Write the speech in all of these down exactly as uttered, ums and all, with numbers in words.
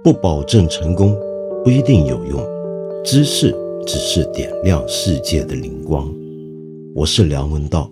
不保证成功，不一定有用。知识只是点亮世界的灵光。我是梁文道。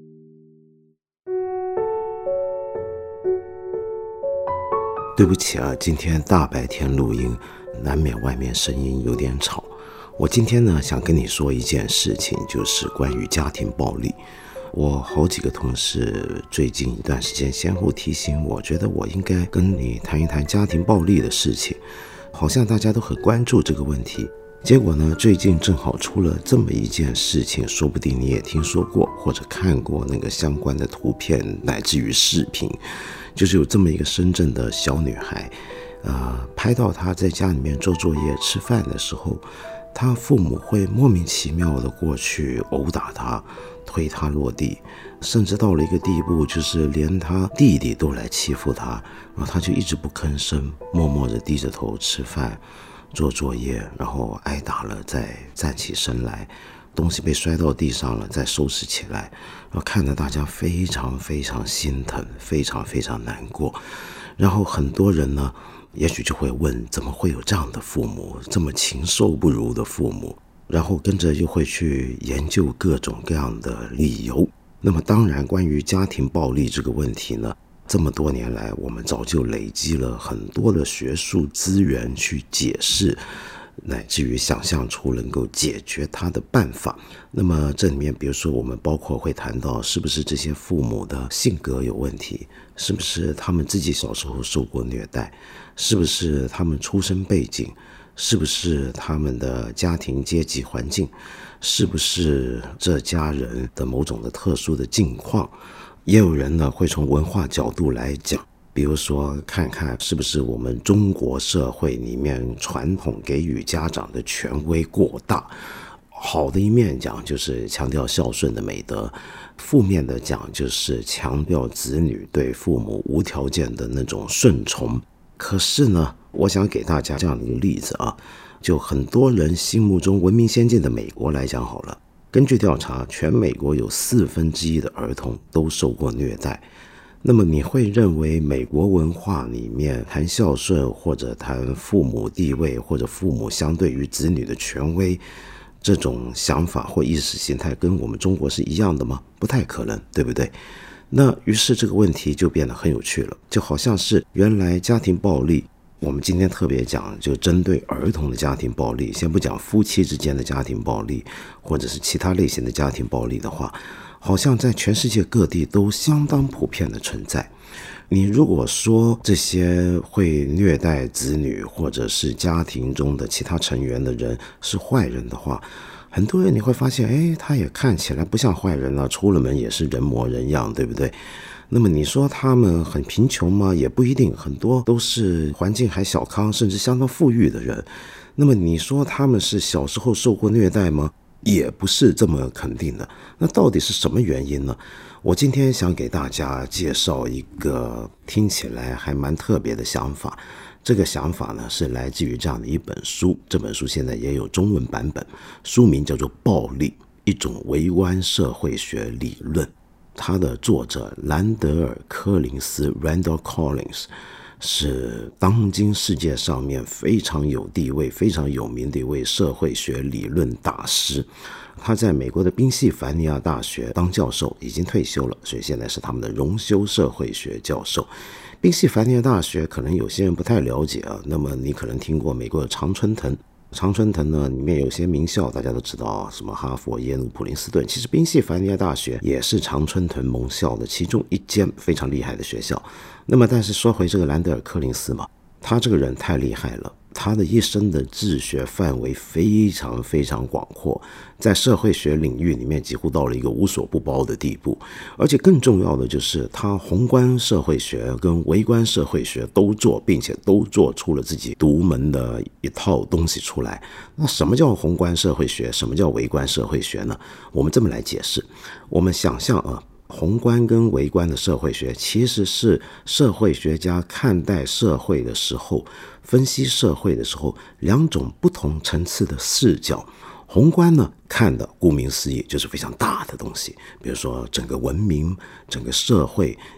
对不起啊，今天大白天录音，难免外面声音有点吵。我今天呢，想跟你说一件事情，就是关于家庭暴力。我好几个同事最近一段时间先后提醒我，觉得我应该跟你谈一谈家庭暴力的事情，好像大家都很关注这个问题。结果呢，最近正好出了这么一件事情，说不定你也听说过或者看过那个相关的图片乃至于视频，就是有这么一个深圳的小女孩，呃，拍到她在家里面做作业吃饭的时候，她父母会莫名其妙的过去殴打她，推她落地，甚至到了一个地步，就是连她弟弟都来欺负她，然后她就一直不吭声，默默地低着头吃饭做作业，然后挨打了再站起身来，东西被摔到地上了再收拾起来，然后看得大家非常非常心疼，非常非常难过。然后很多人呢，也许就会问，怎么会有这样的父母，这么禽兽不如的父母？然后跟着又会去研究各种各样的理由。那么当然，关于家庭暴力这个问题呢，这么多年来我们早就累积了很多的学术资源去解释，乃至于想象出能够解决它的办法。那么这里面比如说我们包括会谈到，是不是这些父母的性格有问题，是不是他们自己小时候受过虐待，是不是他们出身背景，是不是他们的家庭阶级环境，是不是这家人的某种的特殊的境况。也有人呢会从文化角度来讲，比如说看看是不是我们中国社会里面传统给予家长的权威过大。好的一面讲就是强调孝顺的美德，负面的讲就是强调子女对父母无条件的那种顺从。可是呢，我想给大家这样的一个例子啊，就很多人心目中文明先进的美国来讲好了，根据调查，全美国有四分之一的儿童都受过虐待。那么你会认为美国文化里面谈孝顺，或者谈父母地位，或者父母相对于子女的权威，这种想法或意识形态跟我们中国是一样的吗？不太可能，对不对？那于是这个问题就变得很有趣了，就好像是原来家庭暴力，我们今天特别讲就针对儿童的家庭暴力，先不讲夫妻之间的家庭暴力或者是其他类型的家庭暴力的话，好像在全世界各地都相当普遍的存在。你如果说这些会虐待子女或者是家庭中的其他成员的人是坏人的话，很多人你会发现，哎，他也看起来不像坏人了，出了门也是人模人样，对不对？那么你说他们很贫穷吗？也不一定，很多都是环境还小康甚至相当富裕的人。那么你说他们是小时候受过虐待吗？也不是这么肯定的。那到底是什么原因呢？我今天想给大家介绍一个听起来还蛮特别的想法。这个想法呢，是来自于这样的一本书，这本书现在也有中文版本，书名叫做《暴力：一种微观社会学理论》。它的作者兰德尔·柯林斯 Randall Collins 是当今世界上面非常有地位非常有名的一位社会学理论大师。他在美国的宾夕法尼亚大学当教授，已经退休了，所以现在是他们的荣休社会学教授。宾夕法尼亚大学可能有些人不太了解啊，那么你可能听过美国的常春藤，常春藤呢里面有些名校大家都知道，什么哈佛、耶鲁、普林斯顿，其实宾夕法尼亚大学也是常春藤盟校的其中一间非常厉害的学校。那么但是说回这个兰德尔·柯林斯嘛，他这个人太厉害了，他的一生的治学范围非常非常广阔，在社会学领域里面几乎到了一个无所不包的地步。而且更重要的就是他宏观社会学跟微观社会学都做，并且都做出了自己独门的一套东西出来。那什么叫宏观社会学，什么叫微观社会学呢？我们这么来解释，我们想象啊，宏观跟微观的社会学其实是社会学家看待社会的时候，分析社会的时候，两种不同层次的视角。宏观呢，看的顾名思义就是非常大的东西，比如说整个文明、整个社会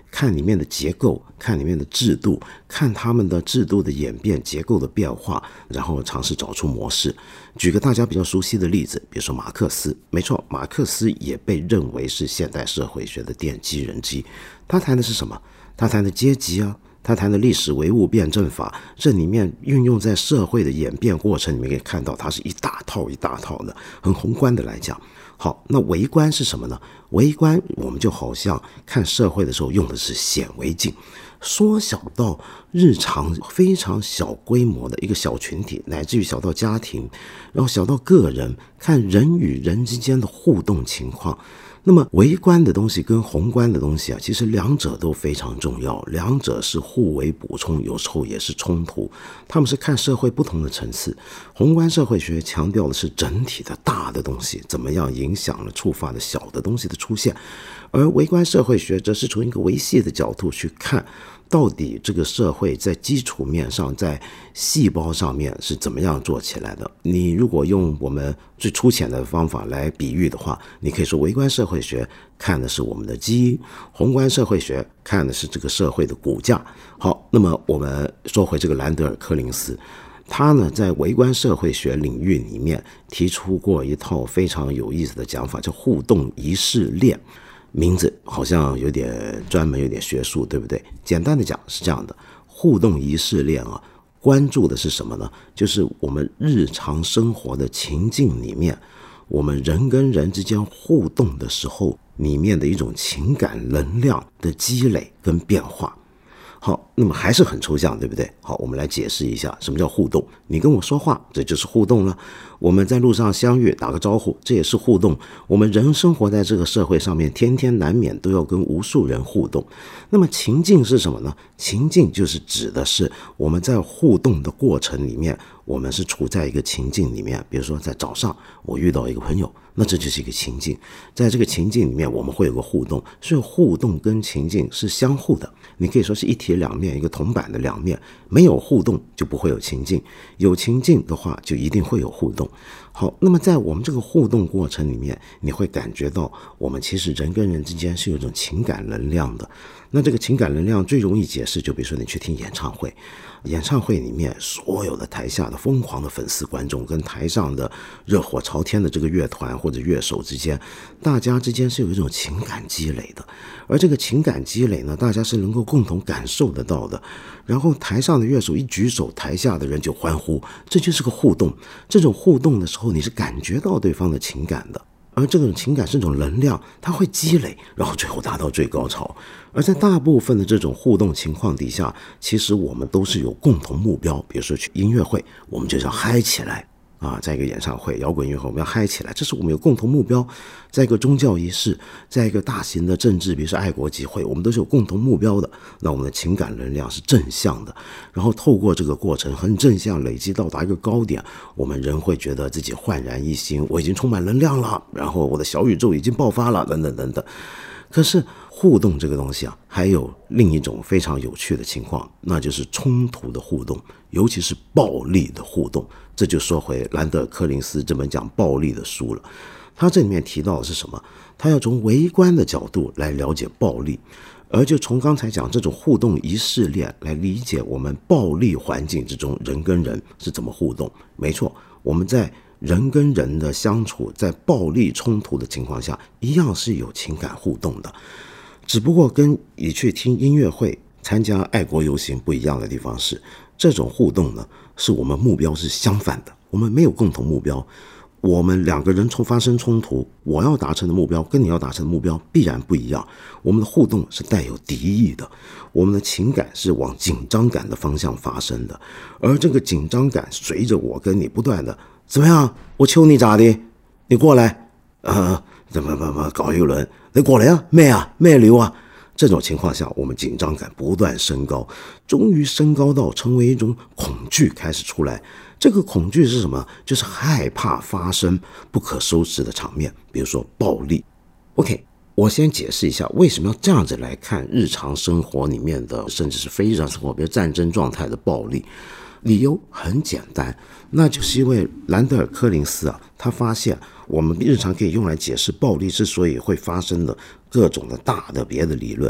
看里面的结构，看里面的制度，看他们的制度的演变，结构的变化，然后尝试找出模式。举个大家比较熟悉的例子，比如说马克思。没错，马克思也被认为是现代社会学的奠基人之一。他谈的是什么？他谈的阶级啊，他谈的历史唯物辩证法，这里面运用在社会的演变过程里面可以看到，它是一大套一大套的，很宏观的来讲。好，那微观是什么呢？微观我们就好像看社会的时候用的是显微镜，缩小到日常非常小规模的一个小群体，乃至于小到家庭，然后小到个人，看人与人之间的互动情况。那么微观的东西跟宏观的东西啊，其实两者都非常重要，两者是互为补充，有时候也是冲突。他们是看社会不同的层次。宏观社会学强调的是整体的大的东西怎么样影响了触发了小的东西的出现，而微观社会学则是从一个微细的角度去看到底这个社会在基础面上，在细胞上面是怎么样做起来的。你如果用我们最粗浅的方法来比喻的话，你可以说微观社会学看的是我们的基因，宏观社会学看的是这个社会的骨架。好，那么我们说回这个兰德尔柯林斯，他呢在微观社会学领域里面提出过一套非常有意思的讲法，叫互动仪式链。名字好像有点专门，有点学术，对不对？简单的讲是这样的，互动仪式链啊，关注的是什么呢？就是我们日常生活的情境里面，我们人跟人之间互动的时候，里面的一种情感能量的积累跟变化。好，那么还是很抽象，对不对？好，我们来解释一下什么叫互动。你跟我说话，这就是互动了。我们在路上相遇，打个招呼，这也是互动。我们人生活在这个社会上面，天天难免都要跟无数人互动。那么情境是什么呢？情境就是指的是我们在互动的过程里面，我们是处在一个情境里面。比如说在早上我遇到一个朋友，那这就是一个情境。在这个情境里面我们会有个互动，所以互动跟情境是相互的，你可以说是一体两面，一个铜板的两面。没有互动就不会有情境，有情境的话就一定会有互动。好，那么在我们这个互动过程里面，你会感觉到我们其实人跟人之间是有一种情感能量的。那这个情感能量最容易解释，就比如说你去听演唱会，演唱会里面所有的台下的疯狂的粉丝观众跟台上的热火朝天的这个乐团或者乐手之间，大家之间是有一种情感积累的。而这个情感积累呢，大家是能够共同感受得到的。然后台上的乐手一举手，台下的人就欢呼，这就是个互动。这种互动的时候，你是感觉到对方的情感的。而这种情感是一种能量，它会积累，然后最后达到最高潮。而在大部分的这种互动情况底下，其实我们都是有共同目标。比如说去音乐会，我们就要嗨起来啊，在一个演唱会摇滚乐会我们要嗨起来，这是我们有共同目标。在一个宗教仪式，在一个大型的政治，比如说爱国集会，我们都是有共同目标的，那我们的情感能量是正向的，然后透过这个过程很正向累积到达一个高点，我们人会觉得自己焕然一新，我已经充满能量了，然后我的小宇宙已经爆发了，等等等等。可是互动这个东西啊，还有另一种非常有趣的情况，那就是冲突的互动，尤其是暴力的互动。这就说回兰德尔柯林斯这本讲暴力的书了。他这里面提到的是什么？他要从微观的角度来了解暴力，而就从刚才讲这种互动仪式链来理解我们暴力环境之中人跟人是怎么互动。没错，我们在人跟人的相处，在暴力冲突的情况下，一样是有情感互动的。只不过跟你去听音乐会、参加爱国游行不一样的地方是，这种互动呢，是我们目标是相反的，我们没有共同目标。我们两个人从发生冲突，我要达成的目标跟你要达成的目标必然不一样。我们的互动是带有敌意的，我们的情感是往紧张感的方向发生的，而这个紧张感随着我跟你不断的怎么样，我求你咋的，你过来，呃，怎么怎么搞一轮，你过来啊，妹啊，妹流啊。这种情况下，我们紧张感不断升高，终于升高到成为一种恐惧开始出来。这个恐惧是什么？就是害怕发生不可收拾的场面，比如说暴力。OK， 我先解释一下为什么要这样子来看日常生活里面的，甚至是非日常生活，比如战争状态的暴力。理由很简单，那就是因为兰德尔柯林斯啊，他发现我们日常可以用来解释暴力之所以会发生的各种的大的别的理论，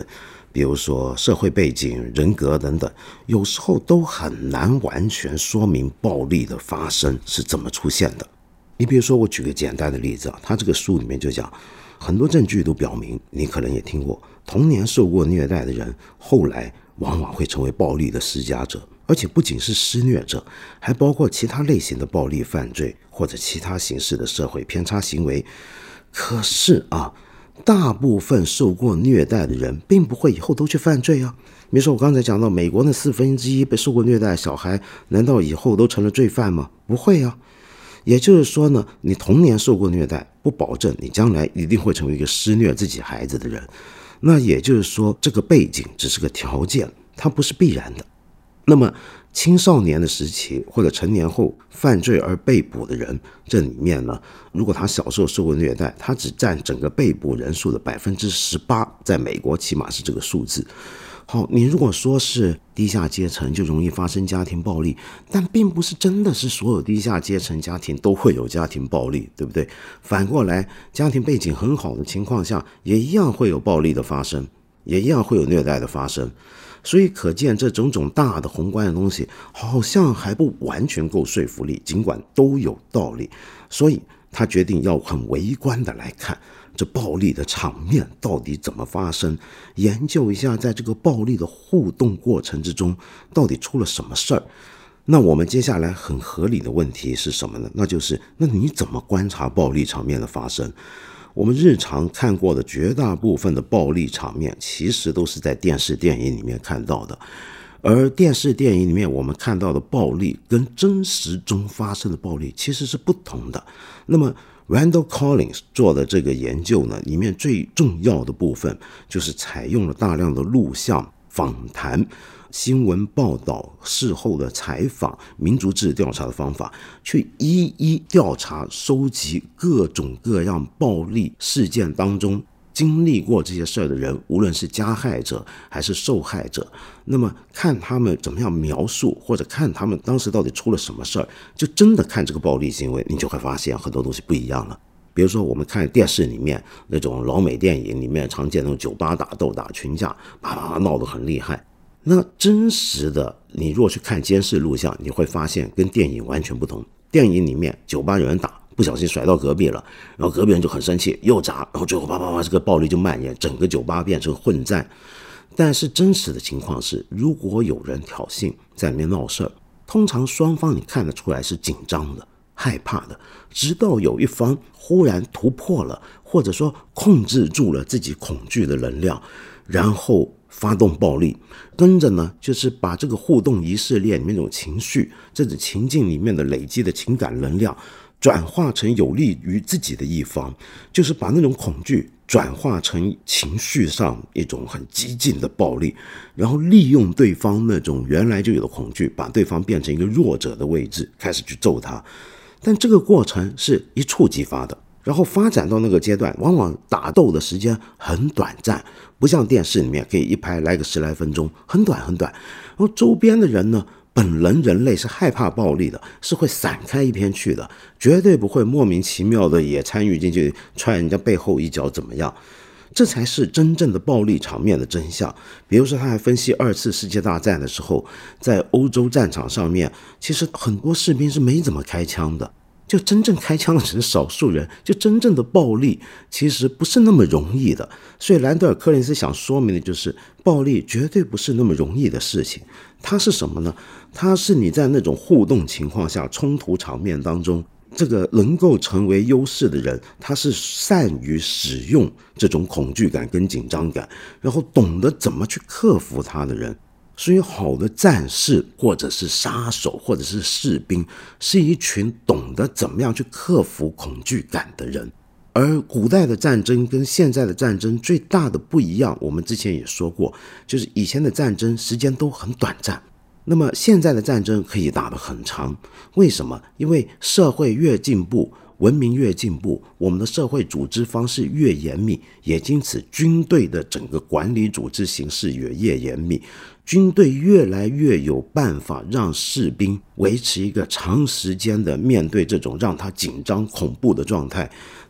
比如说社会背景、人格等等，有时候都很难完全说明暴力的发生是怎么出现的。你比如说，我举个简单的例子啊，他这个书里面就讲，很多证据都表明，你可能也听过，童年受过虐待的人，后来往往会成为暴力的施加者，而且不仅是施虐者，还包括其他类型的暴力犯罪或者其他形式的社会偏差行为。可是啊，大部分受过虐待的人并不会以后都去犯罪啊。比如说我刚才讲到美国那四分之一被受过虐待的小孩，难道以后都成了罪犯吗？不会啊。也就是说呢，你童年受过虐待，不保证你将来一定会成为一个施虐自己孩子的人。那也就是说，这个背景只是个条件，它不是必然的。那么青少年的时期或者成年后犯罪而被捕的人，这里面呢，如果他小时候受过虐待，他只占整个被捕人数的百分之十八，在美国起码是这个数字。好，你如果说是低下阶层就容易发生家庭暴力，但并不是真的是所有低下阶层家庭都会有家庭暴力，对不对？反过来，家庭背景很好的情况下，也一样会有暴力的发生，也一样会有虐待的发生。所以可见这种种大的宏观的东西好像还不完全够说服力，尽管都有道理。所以他决定要很微观的来看这暴力的场面到底怎么发生，研究一下在这个暴力的互动过程之中到底出了什么事儿。那我们接下来很合理的问题是什么呢？那就是那你怎么观察暴力场面的发生？我们日常看过的绝大部分的暴力场面其实都是在电视电影里面看到的，而电视电影里面我们看到的暴力跟真实中发生的暴力其实是不同的。那么 Randall Collins 做的这个研究呢，里面最重要的部分就是采用了大量的录像、访谈、新闻报道、事后的采访、民族志调查的方法，去一一调查收集各种各样暴力事件当中经历过这些事儿的人，无论是加害者还是受害者，那么看他们怎么样描述，或者看他们当时到底出了什么事儿，就真的看这个暴力行为，你就会发现很多东西不一样了。比如说我们看电视里面那种老美电影里面常见的酒吧打斗、打群架，啪啪啪闹得很厉害。那真实的你如果去看监视录像，你会发现跟电影完全不同。电影里面酒吧有人打，不小心甩到隔壁了，然后隔壁人就很生气，又砸，然后最后啪啪啪，这个暴力就蔓延，整个酒吧变成混战。但是真实的情况是，如果有人挑衅在里面闹事儿，通常双方你看得出来是紧张的、害怕的，直到有一方忽然突破了，或者说控制住了自己恐惧的能量，然后发动暴力，跟着呢就是把这个互动仪式链里面那种情绪，这种情境里面的累积的情感能量转化成有利于自己的一方，就是把那种恐惧转化成情绪上一种很激进的暴力，然后利用对方那种原来就有的恐惧，把对方变成一个弱者的位置，开始去揍他。但这个过程是一触即发的，然后发展到那个阶段，往往打斗的时间很短暂，不像电视里面可以一拍来个十来分钟，很短很短。然后周边的人呢，本能人类是害怕暴力的，是会闪开一边去的，绝对不会莫名其妙的也参与进去踹人家背后一脚怎么样。这才是真正的暴力场面的真相。比如说他还分析二次世界大战的时候，在欧洲战场上面，其实很多士兵是没怎么开枪的，就真正开枪的只是少数人，就真正的暴力其实不是那么容易的。所以兰德尔·柯林斯想说明的就是，暴力绝对不是那么容易的事情。它是什么呢？它是你在那种互动情况下，冲突场面当中，这个能够成为优势的人，他是善于使用这种恐惧感跟紧张感，然后懂得怎么去克服它的人。所以好的战士或者是杀手或者是士兵，是一群懂得怎么样去克服恐惧感的人。而古代的战争跟现在的战争最大的不一样，我们之前也说过，就是以前的战争时间都很短暂，那么现在的战争可以打得很长。为什么？因为社会越进步，文明越进步，我们的社会组织方式越严密，也因此军队的整个管理组织形式也越严密，军队越来越有办法让士兵维持一个长时间的面对这种让他紧张恐怖的状态。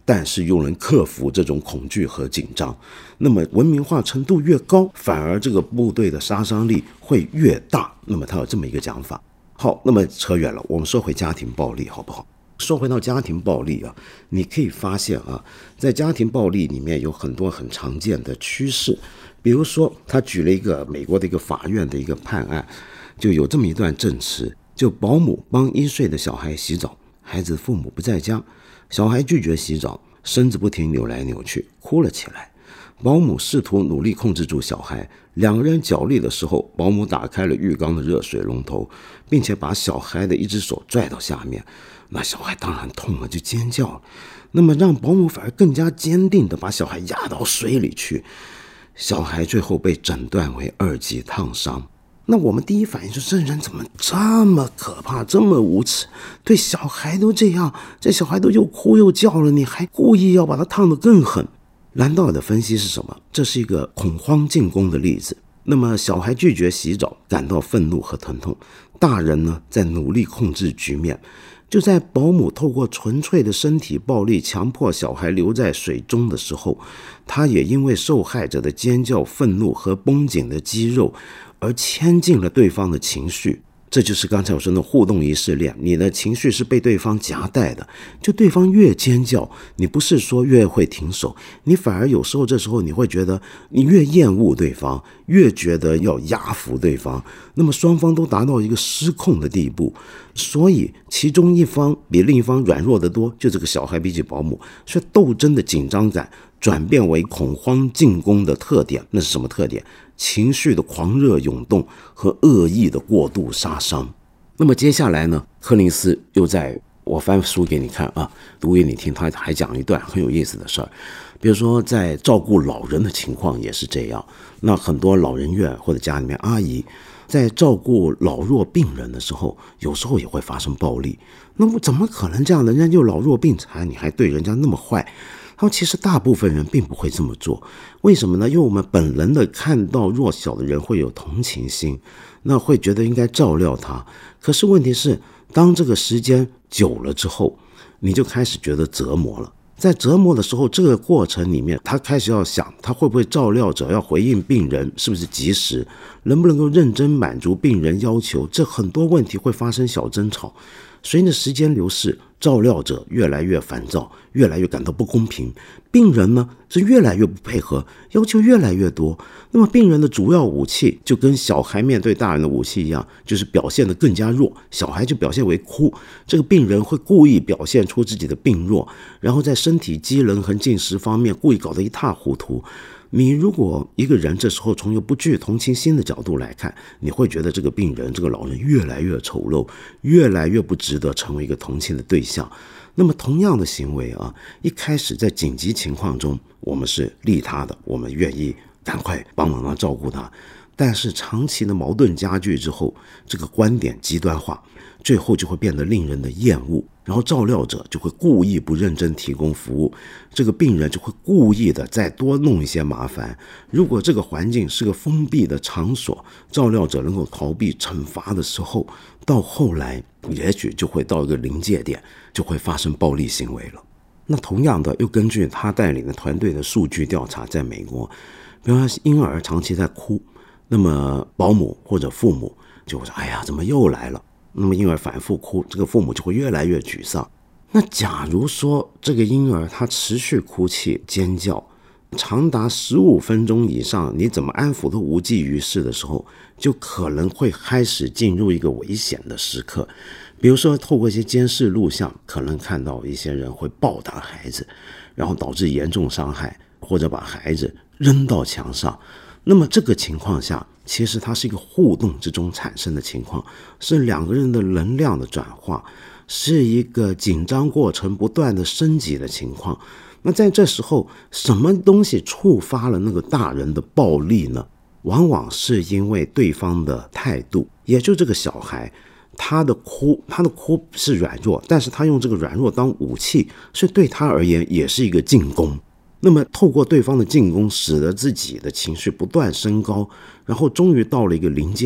但是又能克服这种恐惧和紧张。那么文明化程度越高，反而这个部队的杀伤力会越大。那么他有这么一个讲法。好，那么扯远了，我们说回家庭暴力好不好？说回到家庭暴力啊，你可以发现啊，在家庭暴力里面有很多很常见的趋势。比如说他举了一个美国的一个法院的一个判案，就有这么一段证词，就保姆帮一岁的小孩洗澡，孩子父母不在家，小孩拒绝洗澡，身子不停扭来扭去，哭了起来。保姆试图努力控制住小孩，两个人角力的时候，保姆打开了浴缸的热水龙头，并且把小孩的一只手拽到下面。那小孩当然痛了，就尖叫了。那么让保姆反而更加坚定地把小孩压到水里去。小孩最后被诊断为二级烫伤。那我们第一反应就是，这人怎么这么可怕，这么无耻，对小孩都这样，这小孩都又哭又叫了，你还故意要把他烫得更狠。兰道尔的分析是什么？这是一个恐慌进攻的例子。那么小孩拒绝洗澡，感到愤怒和疼痛，大人呢在努力控制局面。就在保姆透过纯粹的身体暴力强迫小孩留在水中的时候，他也因为受害者的尖叫、愤怒和绷紧的肌肉而牵进了对方的情绪。这就是刚才我说的互动仪式链，你的情绪是被对方夹带的，就对方越尖叫，你不是说越会停手，你反而有时候这时候你会觉得你越厌恶对方，越觉得要压服对方，那么双方都达到一个失控的地步。所以其中一方比另一方软弱得多，就这个小孩比起保姆，所以斗争的紧张感转变为恐慌进攻的特点。那是什么特点？情绪的狂热涌动和恶意的过度杀伤。那么接下来呢，柯林斯又在我翻书给你看啊，读给你听，他还讲一段很有意思的事儿。比如说在照顾老人的情况也是这样，那很多老人院或者家里面阿姨在照顾老弱病人的时候，有时候也会发生暴力。那么怎么可能这样的？人家就老弱病残，你还对人家那么坏？他说其实大部分人并不会这么做。为什么呢？因为我们本能的看到弱小的人会有同情心，那会觉得应该照料他。可是问题是，当这个时间久了之后，你就开始觉得折磨了。在折磨的时候，这个过程里面，他开始要想，他会不会照料者要回应病人是不是及时，能不能够认真满足病人要求，这很多问题会发生小争吵。随着时间流逝，照料者越来越烦躁，越来越感到不公平，病人呢是越来越不配合，要求越来越多。那么病人的主要武器就跟小孩面对大人的武器一样，就是表现得更加弱，小孩就表现为哭，这个病人会故意表现出自己的病弱，然后在身体机能和进食方面故意搞得一塌糊涂。你如果一个人这时候从一个不具同情心的角度来看，你会觉得这个病人这个老人越来越丑陋，越来越不值得成为一个同情的对象。那么同样的行为啊，一开始在紧急情况中我们是利他的，我们愿意赶快帮忙他照顾他，但是长期的矛盾加剧之后，这个观点极端化，最后就会变得令人的厌恶，然后照料者就会故意不认真提供服务，这个病人就会故意的再多弄一些麻烦。如果这个环境是个封闭的场所，照料者能够逃避惩罚的时候，到后来也许就会到一个临界点，就会发生暴力行为了。那同样的，又根据他带领的团队的数据调查，在美国，比如说婴儿长期在哭，那么保姆或者父母就会说，哎呀，怎么又来了？那么婴儿反复哭，这个父母就会越来越沮丧。那假如说这个婴儿他持续哭泣尖叫长达十五分钟以上，你怎么安抚都无济于事的时候，就可能会开始进入一个危险的时刻。比如说透过一些监视录像，可能看到一些人会暴打孩子，然后导致严重伤害，或者把孩子扔到墙上。那么这个情况下，其实它是一个互动之中产生的情况，是两个人的能量的转化，是一个紧张过程不断的升级的情况。那在这时候，什么东西触发了那个大人的暴力呢？往往是因为对方的态度，也就这个小孩他的哭，他的哭是软弱，但是他用这个软弱当武器，所以对他而言也是一个进攻。那么透过对方的进攻，使得自己的情绪不断升高，然后终于到了一个临界点，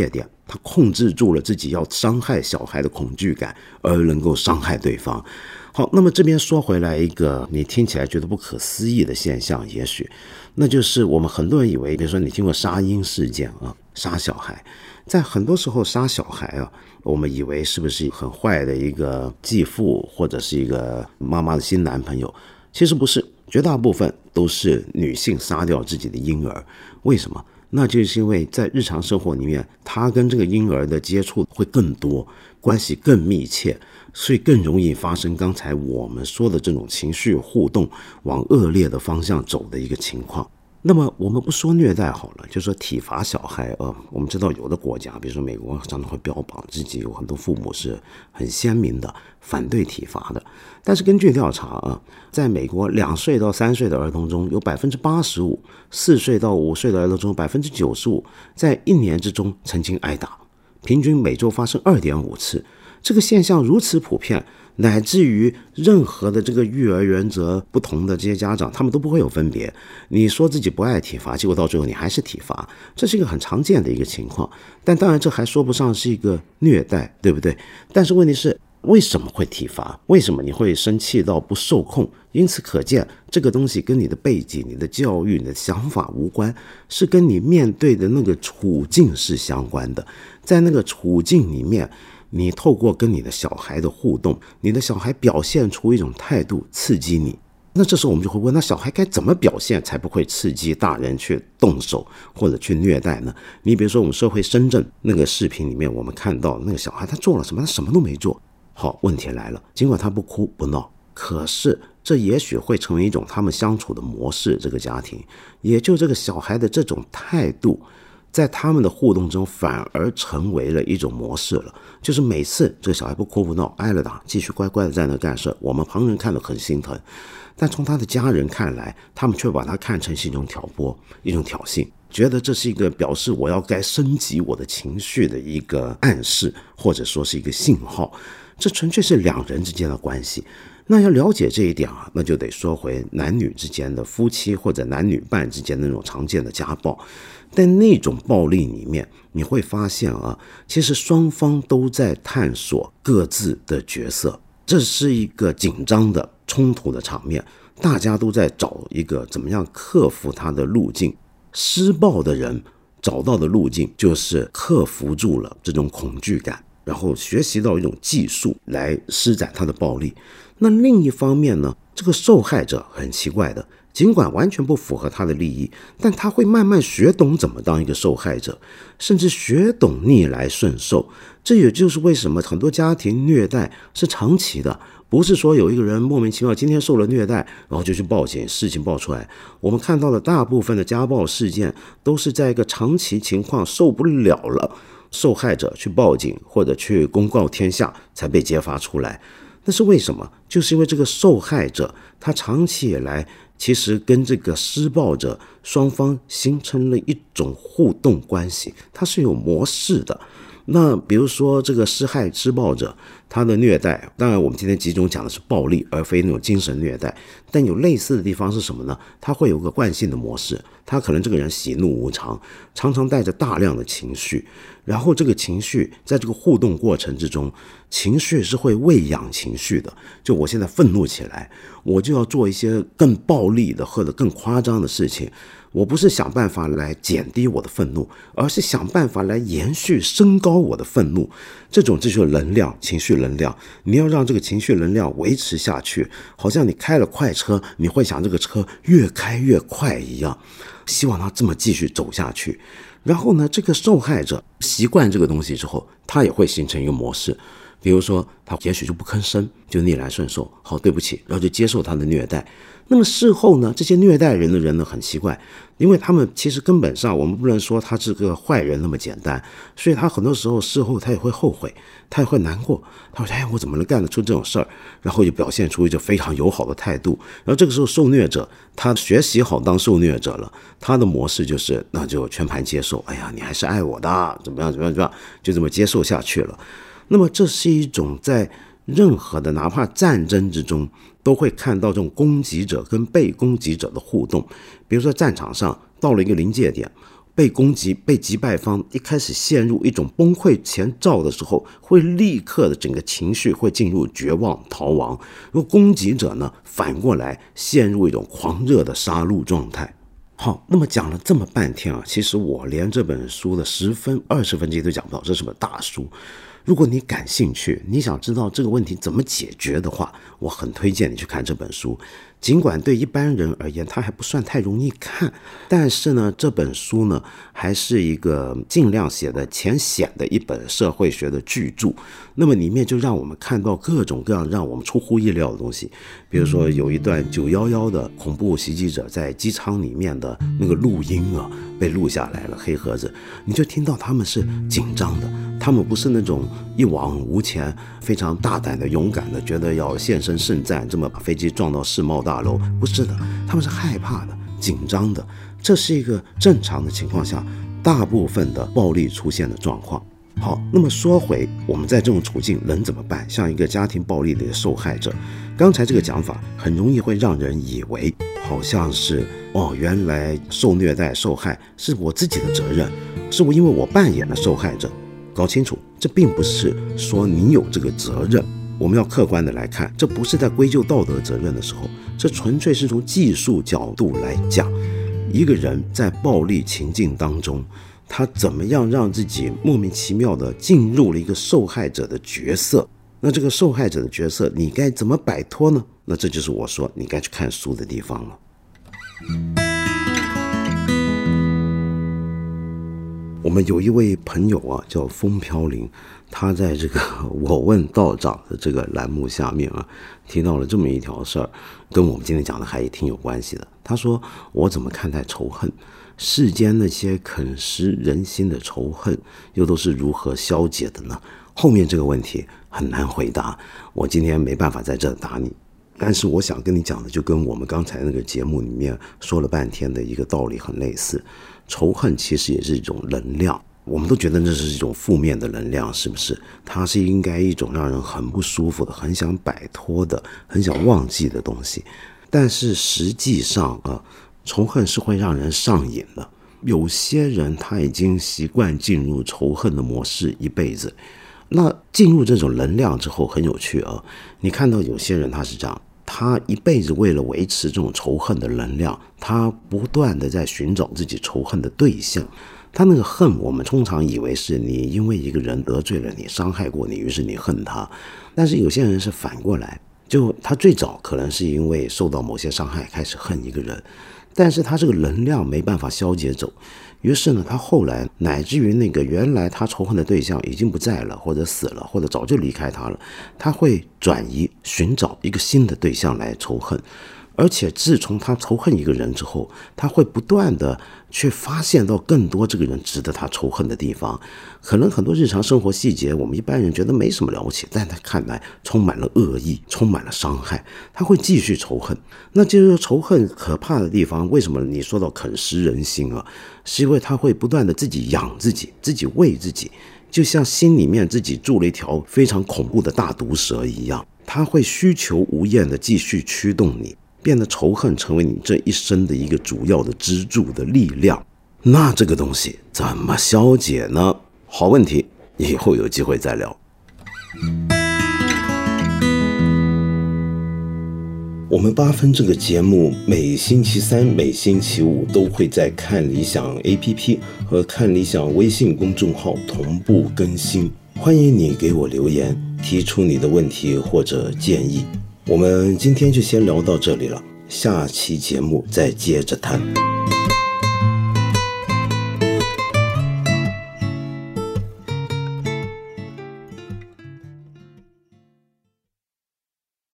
他控制住了自己要伤害小孩的恐惧感，而能够伤害对方。好，那么这边说回来一个你听起来觉得不可思议的现象，也许那就是我们很多人以为，比如说你听过杀婴事件啊，杀小孩，在很多时候杀小孩啊，我们以为是不是很坏的一个继父或者是一个妈妈的新男朋友，其实不是，绝大部分都是女性杀掉自己的婴儿。为什么？那就是因为在日常生活里面，她跟这个婴儿的接触会更多，关系更密切，所以更容易发生刚才我们说的这种情绪互动往恶劣的方向走的一个情况。那么我们不说虐待好了，就说体罚小孩呃，我们知道有的国家，比如说美国，常常会标榜自己有很多父母是很鲜明的反对体罚的。但是根据调查啊，在美国两岁到三岁的儿童中有百分之八十五，四岁到五岁的儿童中百分之九十五，在一年之中曾经挨打，平均每周发生二点五次。这个现象如此普遍，乃至于任何的这个育儿原则不同的这些家长，他们都不会有分别。你说自己不爱体罚，结果到最后你还是体罚，这是一个很常见的一个情况。但当然这还说不上是一个虐待，对不对？但是问题是，为什么会体罚？为什么你会生气到不受控？因此可见，这个东西跟你的背景、你的教育、你的想法无关，是跟你面对的那个处境是相关的。在那个处境里面，你透过跟你的小孩的互动，你的小孩表现出一种态度刺激你，那这时候我们就会问，那小孩该怎么表现才不会刺激大人去动手或者去虐待呢？你比如说我们社会深圳那个视频里面，我们看到那个小孩他做了什么？他什么都没做。好，问题来了，尽管他不哭不闹，可是这也许会成为一种他们相处的模式，这个家庭也就这个小孩的这种态度在他们的互动中反而成为了一种模式了，就是每次这个小孩不哭不闹，挨了打，继续乖乖的在那干事，我们旁人看得很心疼，但从他的家人看来，他们却把他看成是一种挑拨，一种挑衅，觉得这是一个表示我要该升级我的情绪的一个暗示，或者说是一个信号。这纯粹是两人之间的关系。那要了解这一点啊，那就得说回男女之间的夫妻或者男女伴之间的那种常见的家暴。但那种暴力里面，你会发现啊，其实双方都在探索各自的角色，这是一个紧张的冲突的场面，大家都在找一个怎么样克服它的路径。施暴的人找到的路径就是克服住了这种恐惧感，然后学习到一种技术来施展他的暴力。那另一方面呢，这个受害者很奇怪的，尽管完全不符合他的利益，但他会慢慢学懂怎么当一个受害者，甚至学懂逆来顺受。这也就是为什么很多家庭虐待是长期的，不是说有一个人莫名其妙今天受了虐待，然后就去报警，事情爆出来。我们看到的大部分的家暴事件都是在一个长期情况受不了了，受害者去报警或者去公告天下才被揭发出来。那是为什么？就是因为这个受害者他长期以来其实跟这个施暴者双方形成了一种互动关系，它是有模式的。那比如说这个施害施暴者他的虐待，当然我们今天集中讲的是暴力而非那种精神虐待，但有类似的地方是什么呢？他会有个惯性的模式，他可能这个人喜怒无常，常常带着大量的情绪，然后这个情绪在这个互动过程之中，情绪是会喂养情绪的。就我现在愤怒起来，我就要做一些更暴力的或者更夸张的事情，我不是想办法来减低我的愤怒，而是想办法来延续升高我的愤怒。这种这就是能量，情绪能量，你要让这个情绪能量维持下去，好像你开了快车，你会想这个车越开越快一样，希望它这么继续走下去。然后呢，这个受害者习惯这个东西之后，他也会形成一个模式，比如说他也许就不吭声，就逆来顺受，好，对不起，然后就接受他的虐待。那么事后呢，这些虐待人的人呢很奇怪，因为他们其实根本上我们不能说他是个坏人那么简单，所以他很多时候事后他也会后悔，他也会难过，他说哎，我怎么能干得出这种事儿，然后就表现出一个非常友好的态度。然后这个时候受虐者他学习好当受虐者了，他的模式就是那就全盘接受，哎呀你还是爱我的，怎么样怎么样怎么样，就这么接受下去了。那么这是一种在任何的哪怕战争之中都会看到这种攻击者跟被攻击者的互动。比如说战场上到了一个临界点， 被攻击、被击败方一开始陷入一种崩溃前兆的时候，会立刻的整个情绪会进入绝望逃亡，而攻击者呢，反过来陷入一种狂热的杀戮状态。好，那么讲了这么半天啊，其实我连这本书的十分、二十分之一都讲不到，这是本大书。如果你感兴趣，你想知道这个问题怎么解决的话，我很推荐你去看这本书。尽管对一般人而言它还不算太容易看，但是呢，这本书呢还是一个尽量写的浅显的一本社会学的巨著。那么里面就让我们看到各种各样让我们出乎意料的东西，比如说有一段九一一的恐怖袭击者在机舱里面的那个录音啊，被录下来了，黑盒子，你就听到他们是紧张的，他们不是那种一往无前、非常大胆的、勇敢的，觉得要献身圣战，这么把飞机撞到世贸大楼，不是的，他们是害怕的、紧张的。这是一个正常的情况下大部分的暴力出现的状况。好，那么说回我们在这种处境能怎么办？像一个家庭暴力的受害者，刚才这个讲法很容易会让人以为好像是哦，原来受虐待受害是我自己的责任，是我因为我扮演了受害者。搞清楚，这并不是说你有这个责任，我们要客观的来看，这不是在归咎道德责任的时候，这纯粹是从技术角度来讲，一个人在暴力情境当中，他怎么样让自己莫名其妙的进入了一个受害者的角色，那这个受害者的角色你该怎么摆脱呢？那这就是我说你该去看书的地方了。我们有一位朋友啊，叫风飘零，他在这个我问道长的这个栏目下面啊，提到了这么一条事儿，跟我们今天讲的还挺有关系的。他说，我怎么看待仇恨？世间那些啃食人心的仇恨，又都是如何消解的呢？后面这个问题很难回答，我今天没办法在这答你。但是我想跟你讲的，就跟我们刚才那个节目里面说了半天的一个道理很类似。仇恨其实也是一种能量，我们都觉得那是一种负面的能量，是不是？它是应该一种让人很不舒服的、很想摆脱的、很想忘记的东西。但是实际上啊，仇恨是会让人上瘾的。有些人他已经习惯进入仇恨的模式一辈子。那进入这种能量之后很有趣啊，你看到有些人他是这样，他一辈子为了维持这种仇恨的能量，他不断的在寻找自己仇恨的对象。他那个恨，我们通常以为是你因为一个人得罪了你、伤害过你，于是你恨他。但是有些人是反过来，就他最早可能是因为受到某些伤害开始恨一个人，但是他这个能量没办法消解走，于是呢，他后来乃至于那个原来他仇恨的对象已经不在了，或者死了，或者早就离开他了，他会转移寻找一个新的对象来仇恨。而且自从他仇恨一个人之后，他会不断的去发现到更多这个人值得他仇恨的地方。可能很多日常生活细节我们一般人觉得没什么了不起，但他看来充满了恶意，充满了伤害，他会继续仇恨。那就是仇恨可怕的地方，为什么你说到啃食人心啊？是因为他会不断的自己养自己，自己喂自己，就像心里面自己住了一条非常恐怖的大毒蛇一样，他会需求无厌的继续驱动你，变得仇恨成为你这一生的一个主要的支柱的力量。那这个东西怎么消解呢？好问题，以后有机会再聊。我们八分这个节目每星期三、每星期五都会在看理想 A P P 和看理想微信公众号同步更新，欢迎你给我留言，提出你的问题或者建议。我们今天就先聊到这里了，下期节目再接着谈。